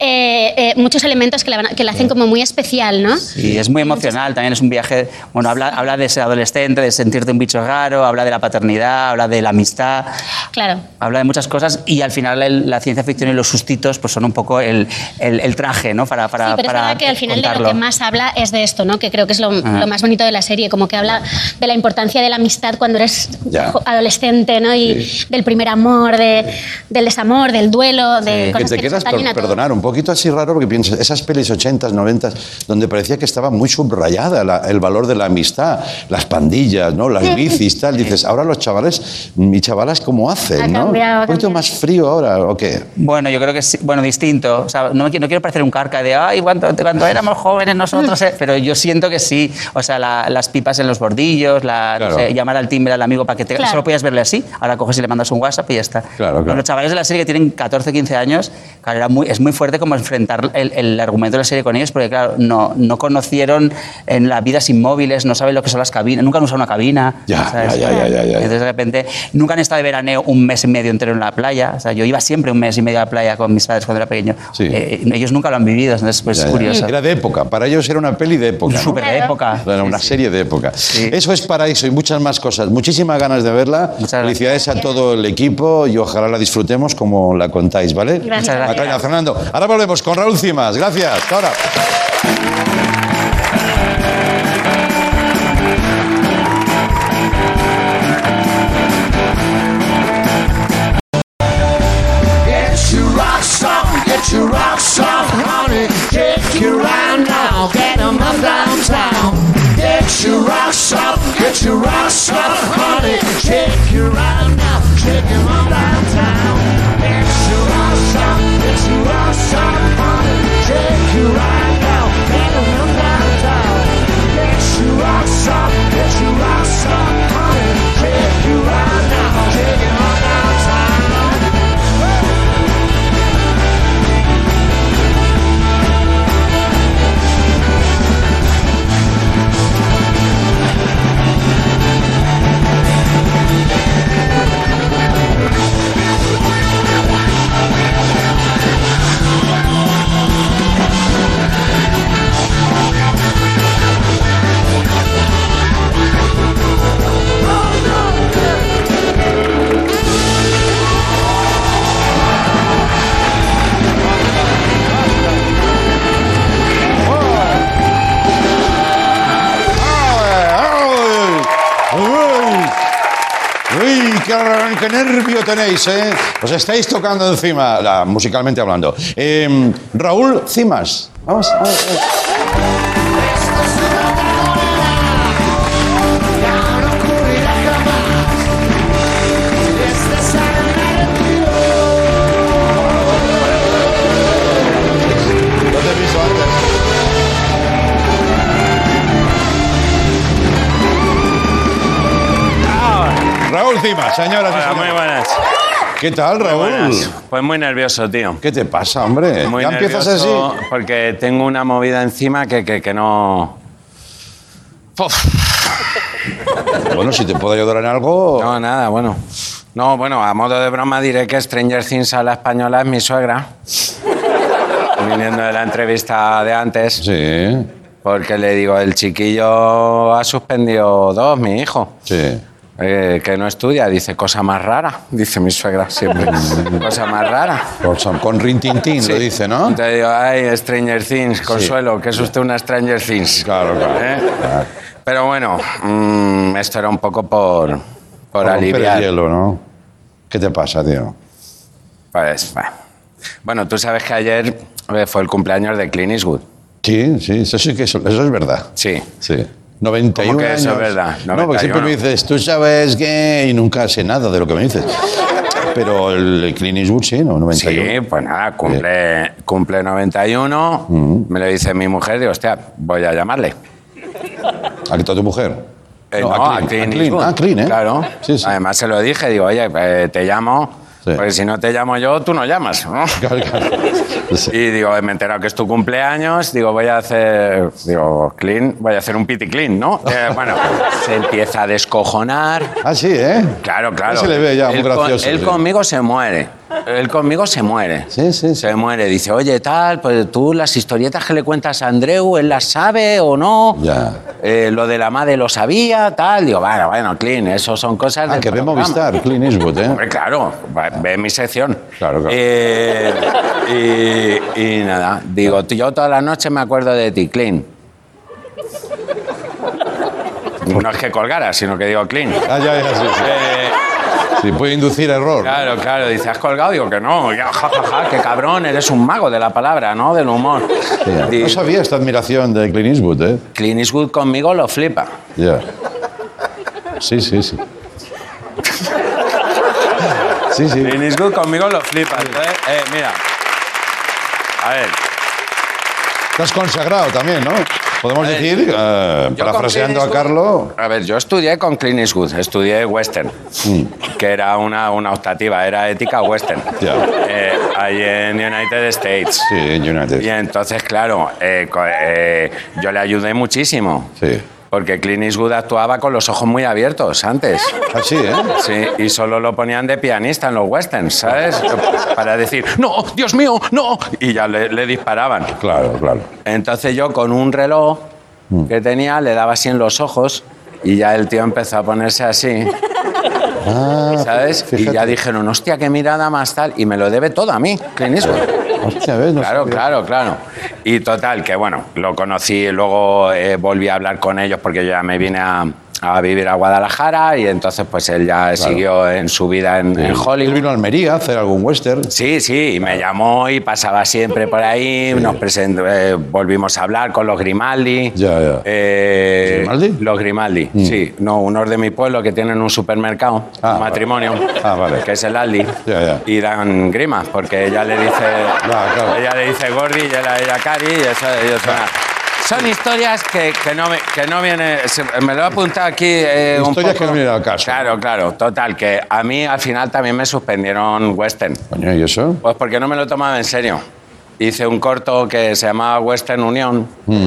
que la hacen como muy especial, ¿no? Sí, es muy emocional, también es un viaje, bueno, habla de ser adolescente, de sentirte un bicho raro, habla de la paternidad, habla de la amistad, claro. Habla de muchas cosas y al final la ciencia ficción y los sustitos pues son un poco el traje, ¿no? Para sí, pero es verdad que al final contarlo. de lo que más habla es de esto, ¿no? Que creo que es lo más bonito de la serie, como que habla de la importancia de la amistad cuando eres adolescente, ¿no? Y del primer amor, del desamor, del duelo, de que te quedas, perdonar, un poquito así raro porque piensas, esas pelis 80s, 90s, donde parecía que estaba muy subrayada el valor de la amistad, las pandillas, ¿no? Las bicis, tal. Dices, ahora los chavales y chavalas, ¿cómo hacen, no? Un poquito más frío ahora, ¿o qué? Bueno, yo creo que sí, bueno, distinto. O sea, no quiero parecer un carca de, ay, cuando éramos jóvenes nosotros, pero yo siento que sí. O sea, las pipas en los bordillos, no sé, llamar al timbre al amigo para que solo podías verle así. Ahora coges y le mandas un WhatsApp y ya está. Los chavales de la serie que tienen 14, 15 años, claro, es muy fuerte como enfrentar el argumento de la serie con ellos, porque claro, no conocieron en la vida sin móviles, no saben lo que son las cabinas, nunca han usado una cabina. Entonces de repente, nunca han estado de veraneo un mes y medio entero en la playa. O sea, yo iba siempre un mes y medio a la playa con mis padres cuando era pequeño. Ellos nunca lo han vivido, entonces pues es curioso. Era de época, para ellos era una peli de época. Súper de época. Era una serie de época. Eso es Paraíso y muchas más cosas. Muchísimas ganas de verla. Felicidades a todo el equipo y ojalá la disfrutemos como la contáis, ¿vale? Gracias. Macarena, Fernando. Ahora volvemos con Raúl Cimas. Gracias. Hasta ahora. Get your rocks off, honey. Take your ride now. Get them up downtown. Get your rocks off, honey. Take your ride now. Take them up downtown. Get your rocks off, honey. Take your ride now. Get them up downtown. Get your rocks off, honey. Take your ride now. Take them up downtown. Qué nervio tenéis, ¿eh? Os estáis tocando encima, musicalmente hablando. Raúl Cimas. Vamos. Raúl Cimas, señoras y señores. Muy buenas. ¿Qué tal, Raúl? Buenas. Pues muy nervioso, tío. ¿Qué te pasa, hombre? Muy ¿Ya empiezas así? Porque tengo una movida encima que no... Bueno, si te puedo ayudar en algo... No, nada, bueno. No, bueno, a modo de broma diré que Stranger Things a la española es mi suegra. Viniendo de la entrevista de antes. Sí. Porque le digo, el chiquillo ha suspendido 2, mi hijo. Sí. Que no estudia, dice, cosa más rara, dice mi suegra siempre. Cosa más rara. Con rintintín, sí. Lo dice, ¿no? Te digo, ay, Stranger Things, Consuelo, sí. Que es usted una Stranger Things. Claro. Pero bueno, esto era un poco por aliviar. El hielo, ¿no? ¿Qué te pasa, tío? Pues, bueno, tú sabes que ayer fue el cumpleaños de Clint Eastwood. Sí, eso es verdad. Sí. 91 ¿Cómo que años. eso es verdad? No, porque 91. siempre me dices, tú sabes que... Y nunca sé nada de lo que me dices. Pero el Clint Eastwood sí, ¿no? 91. Sí, pues nada, cumple 91. Me lo dice mi mujer, digo, hostia, voy a llamarle. ¿A qué está tu mujer? No, a Clint Eastwood. Ah, Clint, ¿eh? Claro. Sí, sí. Además se lo dije, digo, oye, te llamo, porque si no te llamo yo, tú no llamas, ¿no? Claro. Y digo, me he enterado que es tu cumpleaños, digo, voy a hacer un piti clean, ¿no? Bueno, se empieza a descojonar. Ah, sí, ¿eh? Claro. Ya se le ve ya, muy gracioso. Él sí. conmigo se muere. Él conmigo se muere. Sí. Se muere. Dice, oye, tal, pues tú las historietas que le cuentas a Andreu, ¿él las sabe o no? Ya. Lo de la madre lo sabía, tal. Digo, bueno, Clint, eso son cosas del Que ve programa. Movistar, Clint Eastwood, ¿eh? Hombre, claro, ve mi sección. Claro. Y nada, digo, yo toda la noche me acuerdo de ti, Clint. No es que colgara, sino que digo, Clint. Ya, sí. Sí, puede inducir error. Claro, dice, ¿has colgado? Digo que no, ya, qué cabrón, eres un mago de la palabra, ¿no? Del humor. Sí, no sabía esta admiración de Clint Eastwood, ¿eh? Clint Eastwood conmigo lo flipa. Ya. Sí. Sí. Clint Eastwood conmigo lo flipa. Entonces, mira, a ver. Te has consagrado también, ¿no? Podemos decir, parafraseando a Carlos... A ver, yo estudié con Clint Eastwood, estudié western, que era una optativa, era ética western, ahí en United States. Sí, en United. Y entonces, claro, yo le ayudé muchísimo. Sí. Porque Clint Eastwood actuaba con los ojos muy abiertos antes. Así, ¿eh? Sí, y solo lo ponían de pianista en los westerns, ¿sabes? Para decir, ¡no, Dios mío, no! Y ya le disparaban. Claro. Entonces yo con un reloj que tenía le daba así en los ojos y ya el tío empezó a ponerse así. ¿Sabes? Fíjate. Y ya dijeron, hostia, qué mirada más tal. Y me lo debe todo a mí, Clint Eastwood. Hostia, ¿ves? No Claro. Y total, que bueno, lo conocí, luego volví a hablar con ellos porque yo ya me vine a vivir a Guadalajara y entonces pues él ya siguió en su vida en Hollywood. Él vino a Almería a hacer algún western. Sí, y me llamó y pasaba siempre por ahí, nos presentó, volvimos a hablar con los Grimaldi. ¿Grimaldi? Los Grimaldi, sí. No, unos de mi pueblo que tienen un supermercado, un matrimonio, que es el Aldi, y dan grimas, porque ella le dice Gordi y él a ella Cari, y eso son historias que no viene. Me lo he apuntado aquí. Historias que no vienen al caso. Claro. Total, que a mí al final también me suspendieron western. Coño, ¿y eso? Pues porque no me lo tomaba en serio. Hice un corto que se llamaba Western Unión.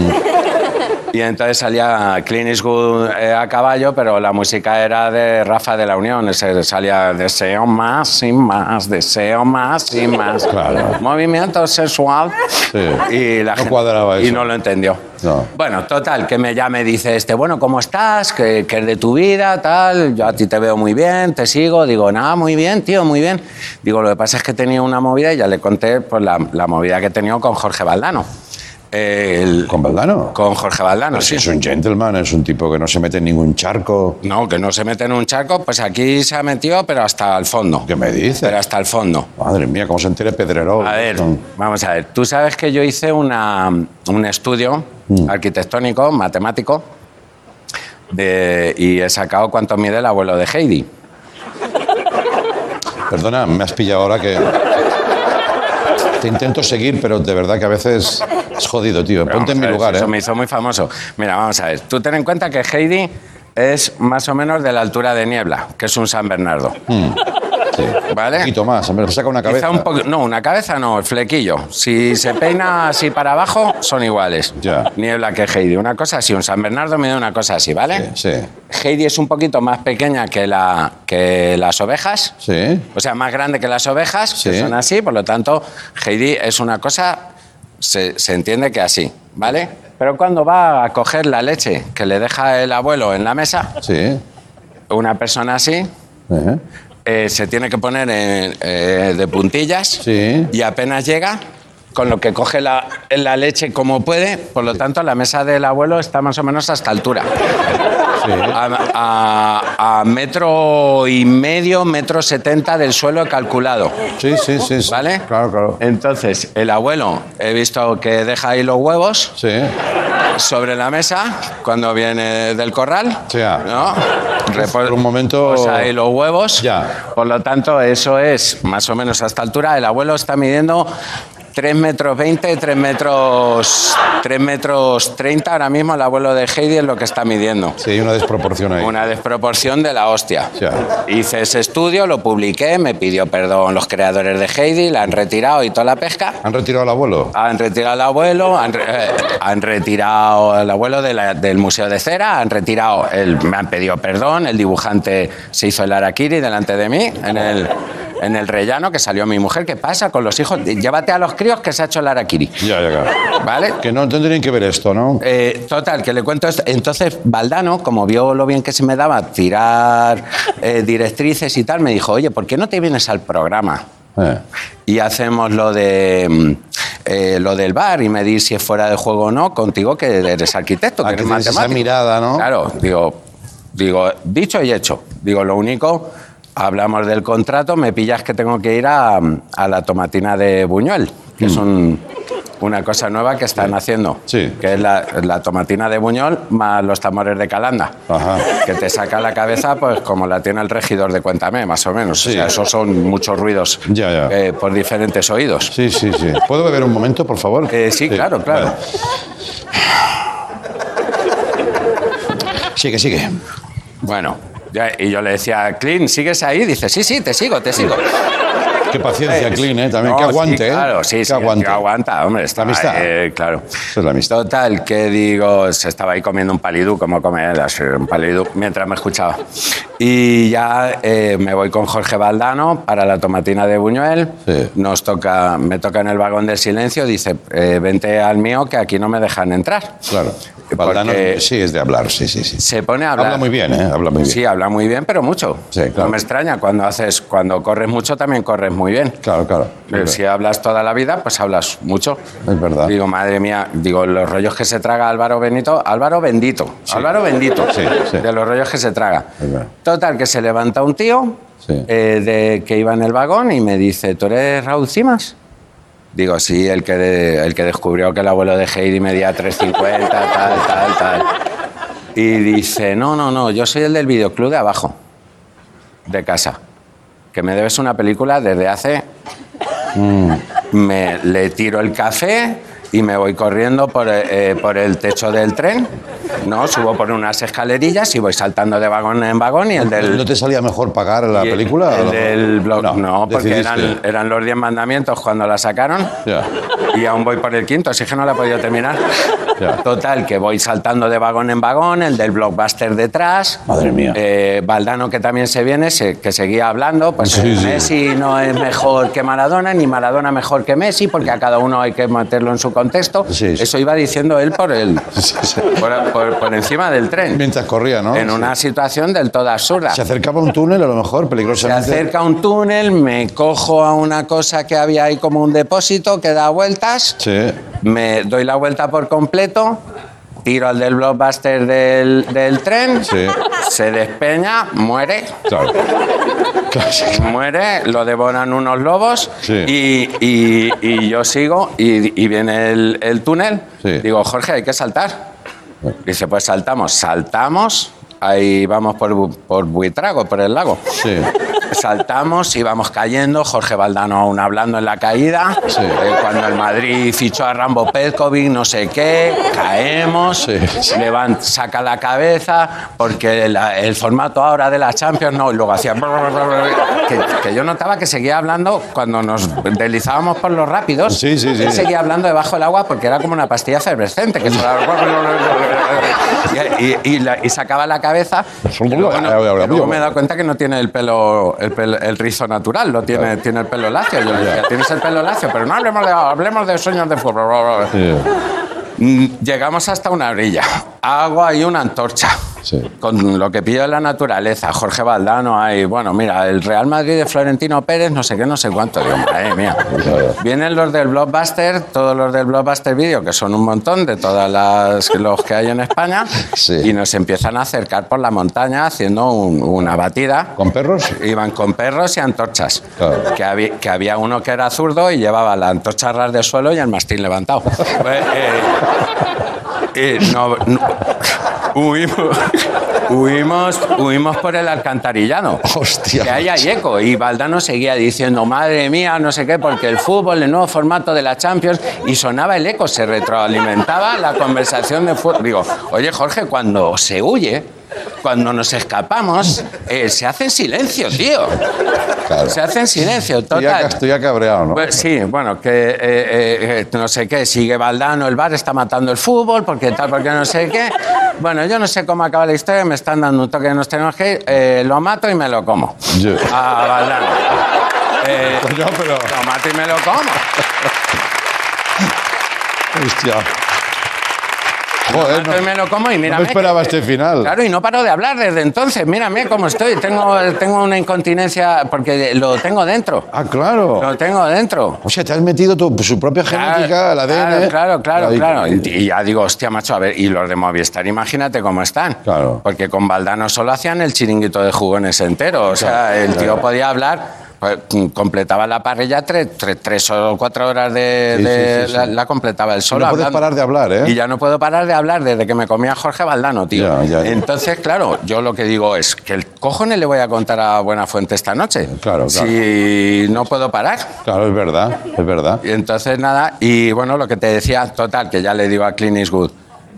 Y entonces salía Clint Eastwood a caballo, pero la música era de Rafa de la Unión. Salía deseo más y más, deseo más y más. Claro. Movimiento sexual. Sí. Y la no gente, cuadraba eso. y no lo entendió. No. Bueno, total, que me dice bueno, ¿cómo estás? ¿Qué es de tu vida? Tal. Yo a ti te veo muy bien, te sigo. Digo, nada, muy bien, tío, muy bien. Digo, lo que pasa es que tenía una movida y ya le conté pues, la movida que he tenido con Jorge Valdano. ¿Con Valdano? Con Jorge Valdano, Pero sí. Es un gentleman, es un tipo que no se mete en ningún charco. No, que no se mete en un charco, pues aquí se ha metido, pero hasta el fondo. ¿Qué me dices? Pero hasta el fondo. Madre mía, cómo se entere Pedrerol. A ver, vamos a ver. Tú sabes que yo hice un estudio arquitectónico, matemático, y he sacado cuánto mide el abuelo de Heidi. Perdona, me has pillado ahora que... Te intento seguir, pero de verdad que a veces es jodido, tío. Pero Ponte en mi lugar, eso ¿eh? me hizo muy famoso. Mira, vamos a ver. Tú ten en cuenta que Heidi es más o menos de la altura de Niebla, que es un San Bernardo. Sí. ¿Vale? Un poquito más, me saca una cabeza. No, una cabeza no, el flequillo. Si se peina así para abajo, son iguales. Ya. Niebla que Heidi. Una cosa así, un San Bernardo mide una cosa así, ¿vale? Sí. Heidi es un poquito más pequeña que las ovejas. Sí. O sea, más grande que las ovejas, Sí. que son así. Por lo tanto, Heidi es una cosa, se entiende que así, ¿vale? Pero cuando va a coger la leche que le deja el abuelo en la mesa, Sí. una persona así... se tiene que poner de puntillas y apenas llega, con lo que coge la leche como puede, por lo tanto la mesa del abuelo está más o menos a esta altura. a 1,5 metros, 1,70 m del suelo calculado. Sí. ¿Vale? Claro. Entonces, el abuelo, he visto que deja ahí los huevos sobre la mesa cuando viene del corral. ¿No? Por un momento... Posa ahí los huevos. Por lo tanto, eso es más o menos a esta altura. El abuelo está midiendo 3,20 metros, 3,30 metros ahora mismo. El abuelo de Heidi es lo que está midiendo. Sí, hay una desproporción ahí. Una desproporción de la hostia. Hice ese estudio, lo publiqué, me pidió perdón los creadores de Heidi, la han retirado y toda la pesca. ¿Han retirado al abuelo? Han retirado al abuelo, han retirado al abuelo del Museo de Cera, me han pedido perdón, el dibujante se hizo el harakiri delante de mí en el rellano, que salió mi mujer. ¿Qué pasa con los hijos? Llévate a los críos que se ha hecho el harakiri. Ya. ¿Vale? Que no tendrían que ver esto, ¿no? Total, que le cuento esto. Entonces, Valdano, como vio lo bien que se me daba tirar directrices y tal, me dijo, oye, ¿por qué no te vienes al programa? Y hacemos lo del bar y medir si es fuera de juego o no, contigo que eres arquitecto, que eres matemático. Esa mirada, ¿no? Claro, digo, dicho y hecho. Digo, lo único... Hablamos del contrato, me pillas que tengo que ir a la tomatina de Buñuel, que es una cosa nueva que están haciendo, que es la tomatina de Buñuel más los tambores de Calanda, que te saca la cabeza pues como la tiene el regidor de Cuéntame, más o menos. O sea, esos son muchos ruidos por diferentes oídos. Sí. ¿Puedo beber un momento, por favor? Sí, claro. Vale. Sigue. Bueno. Y yo le decía, Clint, ¿sigues ahí? Dice, sí, te sigo. Qué paciencia, Clint, también. Que aguante, claro, sí, que aguante. Que aguanta, hombre. La amistad. Claro. Eso es la amistad. Total, que digo, se estaba ahí comiendo un palidú, como come él, un palidú, mientras me escuchaba. Y ya me voy con Jorge Valdano para la tomatina de Buñuel. Me toca en el vagón del silencio, dice, vente al mío, que aquí no me dejan entrar. Claro. Valdano sí es de hablar, sí. Se pone a hablar. Habla muy bien, habla muy bien. Sí, habla muy bien, pero mucho. Sí, claro. No me extraña, cuando corres mucho también corres muy bien. Claro. Si hablas toda la vida, pues hablas mucho. Es verdad. Digo, madre mía, los rollos que se traga Álvaro Bendito, de los rollos que se traga. Total, que se levanta un tío que iba en el vagón y me dice, ¿tú eres Raúl Cimas? Digo, sí, el que descubrió que el abuelo de Heidi medía 3,50, tal. Y dice, no, yo soy el del videoclub de abajo, de casa, que me debes una película desde hace... Le tiro el café y me voy corriendo por el techo del tren, ¿no? Subo por unas escalerillas y voy saltando de vagón en vagón y el del... ¿No te salía mejor pagar la película? El del blog, no, porque eran los 10 mandamientos cuando la sacaron y aún voy por el quinto, así que no la he podido terminar. Total, que voy saltando de vagón en vagón, el del blockbuster detrás. Madre mía. Valdano, que también se viene, que seguía hablando, pues Messi no es mejor que Maradona, ni Maradona mejor que Messi, porque a cada uno hay que meterlo en su contexto. Eso iba diciendo él por encima del tren. Mientras corría, ¿no? En una situación del todo absurda. Se acercaba a un túnel, a lo mejor, peligrosamente. Se acerca a un túnel, me cojo a una cosa que había ahí como un depósito que da vueltas. Me doy la vuelta por completo, tiro al del blockbuster del tren, se despeña, muere. Muere, lo devoran unos lobos y yo sigo y viene el túnel. Digo, Jorge, hay que saltar. Dice, pues saltamos, ahí vamos por Buitrago, por el lago. Saltamos y vamos cayendo, Jorge Valdano aún hablando en la caída, cuando el Madrid fichó a Rambo Petkovic, no sé qué, caemos, saca la cabeza, porque el formato ahora de la Champions, no, y luego hacía... Que yo notaba que seguía hablando cuando nos deslizábamos por los rápidos, él seguía hablando debajo del agua porque era como una pastilla efervescente, que y sacaba la cabeza, y luego me he dado cuenta que no tiene el rizo natural, tiene el pelo lacio. Yo le decía, tienes el pelo lacio, pero no hablemos de sueños de fútbol. Llegamos hasta una orilla, hago ahí una antorcha, con lo que pilló la naturaleza, Jorge Valdano, ahí, bueno, mira, el Real Madrid de Florentino Pérez, no sé qué, no sé cuánto, digo, madre mía. Vienen los del Blockbuster, todos los del Blockbuster Video, que son un montón de los que hay en España, y nos empiezan a acercar por la montaña haciendo una batida. ¿Con perros? Iban con perros y antorchas. Claro. Que había uno que era zurdo y llevaba la antorcha a ras del suelo y el mastín levantado. Huimos por el alcantarillado. Hostia. Que ahí hay eco. Y Valdano seguía diciendo, madre mía, no sé qué, porque el fútbol, el nuevo formato de la Champions, y sonaba el eco, se retroalimentaba la conversación de fútbol. Digo, oye, Jorge, cuando se huye, cuando nos escapamos, se hace en silencio, tío. Claro. Se hace en silencio, total. Estoy ya cabreado, ¿no? Pues, sí, bueno, que no sé qué, sigue Valdano, el bar está matando el fútbol, porque tal, porque no sé qué. Bueno, yo no sé cómo acaba la historia, me están dando un toque que nos tenemos que ir, lo mato y me lo como. A Valdano. Lo mato y me lo como. Hostia. Joder, me lo como y mírame. No me esperaba este final. Claro, y no paro de hablar desde entonces. Mírame cómo estoy. Tengo una incontinencia porque lo tengo dentro. Ah, claro. Lo tengo dentro. O sea, te has metido su propia genética, el ADN. Claro. Y ya digo, hostia, macho, a ver, y los de Movistar, imagínate cómo están. Claro. Porque con Valdano solo hacían el chiringuito de jugones entero. O sea, el tío podía hablar... Pues, completaba la parrilla 3 o 4 horas la completaba él solo. No puedes parar de hablar, ¿eh? Y ya no puedo parar de hablar desde que me comía Jorge Valdano, tío. Ya. Entonces, claro, yo lo que digo es que el cojones le voy a contar a Buenafuente esta noche. Claro. Si no puedo parar. Claro, es verdad. Y entonces, nada, y bueno, lo que te decía, total, que ya le digo a Clint Eastwood.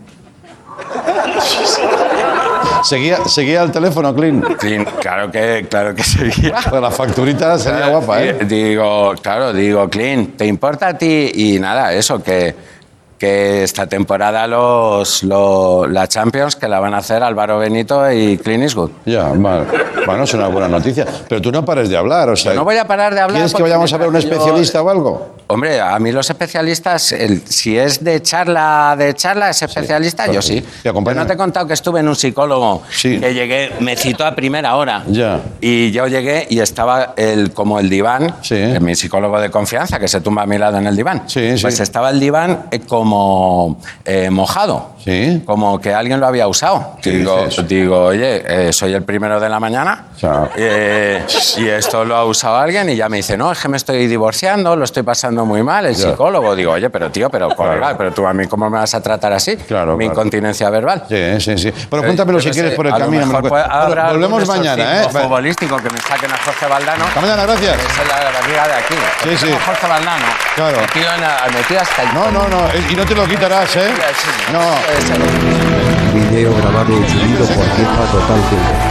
¿Seguía el teléfono, Clint? Claro que seguía. Pues la facturita sería guapa, ¿eh? Digo, Clint, ¿te importa a ti? Y nada, eso, que esta temporada la Champions, que la van a hacer Álvaro Benito y Clint Eastwood. Ya, vale. Bueno, es una buena noticia. Pero tú no pares de hablar, o sea... No voy a parar de hablar. ¿Quieres que vayamos a ver un especialista o algo? Hombre, a mí los especialistas, si es de charla, es especialista, yo sí. Yo no te he contado que estuve en un psicólogo que llegué, me citó a primera hora. Ya. Y yo llegué y estaba como el diván, mi psicólogo de confianza, que se tumba a mi lado en el diván. Pues estaba el diván como mojado. Sí. Como que alguien lo había usado. Digo, oye, soy el primero de la mañana y esto lo ha usado alguien, y ya me dice, no, es que me estoy divorciando, lo estoy pasando muy mal, el psicólogo. Digo, oye, pero tío, pero tú a mí ¿cómo me vas a tratar así? Mi incontinencia verbal. Sí. Bueno, cuéntamelo si quieres por el camino. Volvemos mañana, ¿eh? Futbolístico, que me saquen a Jorge Valdano. Hasta mañana, gracias. Esa es la barriga de aquí. Sí. Jorge Valdano. Claro. Metido hasta el... No. Y no te lo quitarás, ¿eh? No. Video grabado y subido por Jefa Total TV.